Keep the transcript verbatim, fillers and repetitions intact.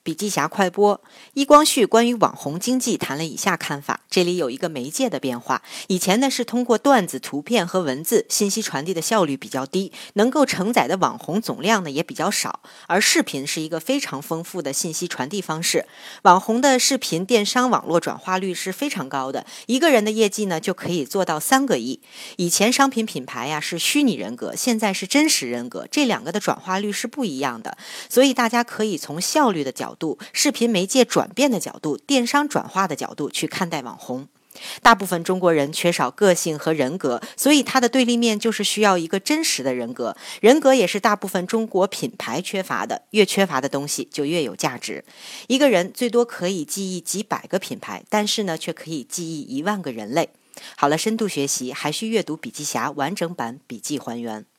笔记侠快播。易光旭关于网红经济谈了以下看法，这里有一个媒介的变化，以前呢是通过段子、图片和文字，信息传递的效率比较低，能够承载的网红总量呢也比较少，而视频是一个非常丰富的信息传递方式，网红的视频电商网络转化率是非常高的，一个人的业绩呢就可以做到三个亿。以前商品品牌呀、啊、是虚拟人格，现在是真实人格，这两个的转化率是不一样的，所以大家可以从效率的角度、视频媒介转变的角度、电商转化的角度去看待网红。大部分中国人缺少个性和人格，所以它的对立面就是需要一个真实的人格。人格也是大部分中国品牌缺乏的，越缺乏的东西就越有价值。一个人最多可以记忆几百个品牌，但是呢，却可以记忆一万个人类。好了，深度学习还需阅读笔记侠完整版笔记还原。